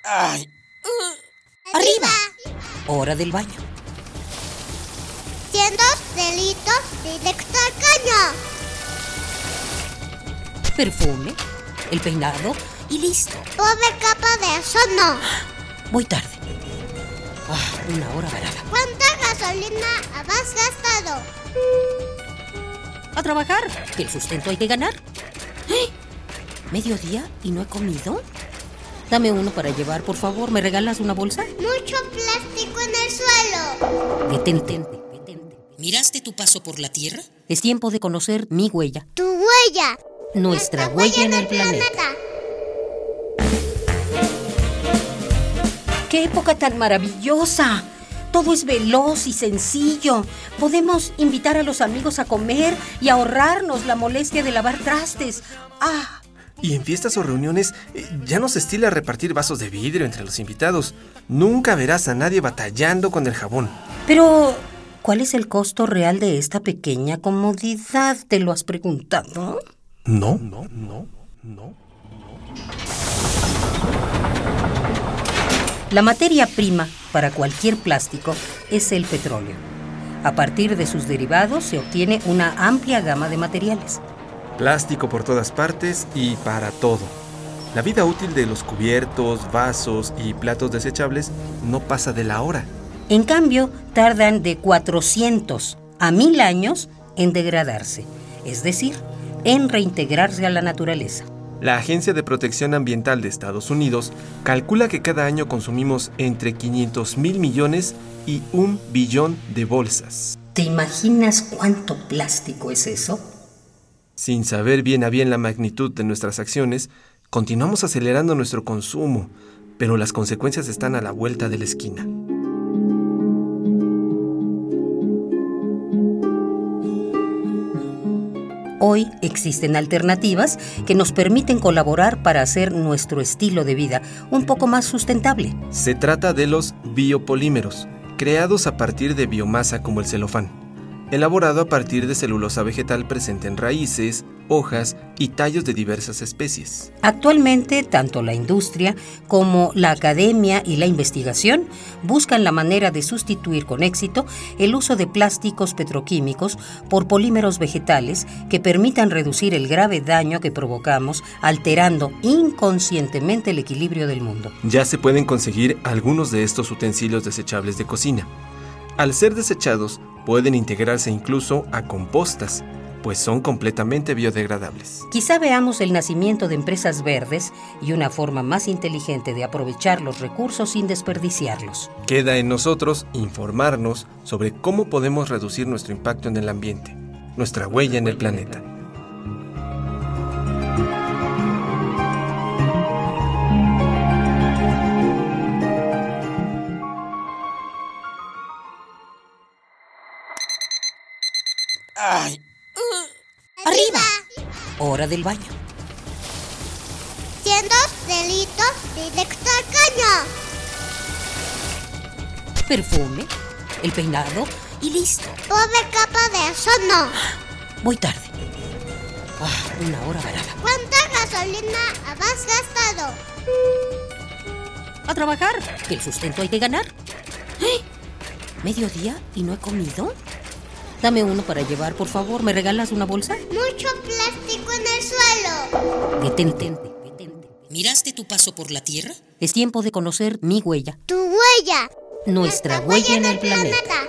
¡Ay! ¡Arriba! Hora del baño. 102 delitos directo al caño. Perfume, el peinado y listo. Pobre capa de ozono. Voy tarde. Una hora varada. ¿Cuánta gasolina has gastado? A trabajar, que el sustento hay que ganar. ¡Eh! ¿Mediodía y no he comido? Dame uno para llevar, por favor. ¿Me regalas una bolsa? Mucho plástico en el suelo. Detente. ¿Miraste tu paso por la Tierra? Es tiempo de conocer mi huella. Tu huella. Nuestra huella en el planeta. ¡Qué época tan maravillosa! Todo es veloz y sencillo. Podemos invitar a los amigos a comer y ahorrarnos la molestia de lavar trastes. Y en fiestas o reuniones ya no se estila repartir vasos de vidrio entre los invitados. Nunca verás a nadie batallando con el jabón. Pero, ¿cuál es el costo real de esta pequeña comodidad? ¿Te lo has preguntado? No. La materia prima para cualquier plástico es el petróleo. A partir de sus derivados se obtiene una amplia gama de materiales. Plástico por todas partes y para todo. La vida útil de los cubiertos, vasos y platos desechables no pasa de la hora. En cambio, tardan de 400 a 1000 años en degradarse, es decir, en reintegrarse a la naturaleza. La Agencia de Protección Ambiental de Estados Unidos calcula que cada año consumimos entre 500,000 millones y 1 billón de bolsas. ¿Te imaginas cuánto plástico es eso? Sin saber bien a bien la magnitud de nuestras acciones, continuamos acelerando nuestro consumo, pero las consecuencias están a la vuelta de la esquina. Hoy existen alternativas que nos permiten colaborar para hacer nuestro estilo de vida un poco más sustentable. Se trata de los biopolímeros, creados a partir de biomasa como el celofán, elaborado a partir de celulosa vegetal presente en raíces, hojas y tallos de diversas especies. Actualmente, tanto la industria como la academia y la investigación buscan la manera de sustituir con éxito el uso de plásticos petroquímicos por polímeros vegetales que permitan reducir el grave daño que provocamos alterando inconscientemente el equilibrio del mundo. Ya se pueden conseguir algunos de estos utensilios desechables de cocina. Al ser desechados, pueden integrarse incluso a compostas, pues son completamente biodegradables. Quizá veamos el nacimiento de empresas verdes y una forma más inteligente de aprovechar los recursos sin desperdiciarlos. Queda en nosotros informarnos sobre cómo podemos reducir nuestro impacto en el ambiente, nuestra huella en el planeta. ¡Ay! ¡Arriba! Hora del baño. 102 delitos directo al caño. Perfume, el peinado y listo. Pobre capa de ozono. Voy tarde. Una hora varada. ¿Cuánta gasolina has gastado? A trabajar, que el sustento hay que ganar. ¡Eh! ¿Mediodía y no he comido? Dame uno para llevar, por favor. ¿Me regalas una bolsa? Mucho plástico en el suelo. Detente. ¿Miraste tu paso por la Tierra? Es tiempo de conocer mi huella. Tu huella. Nuestra huella en el planeta.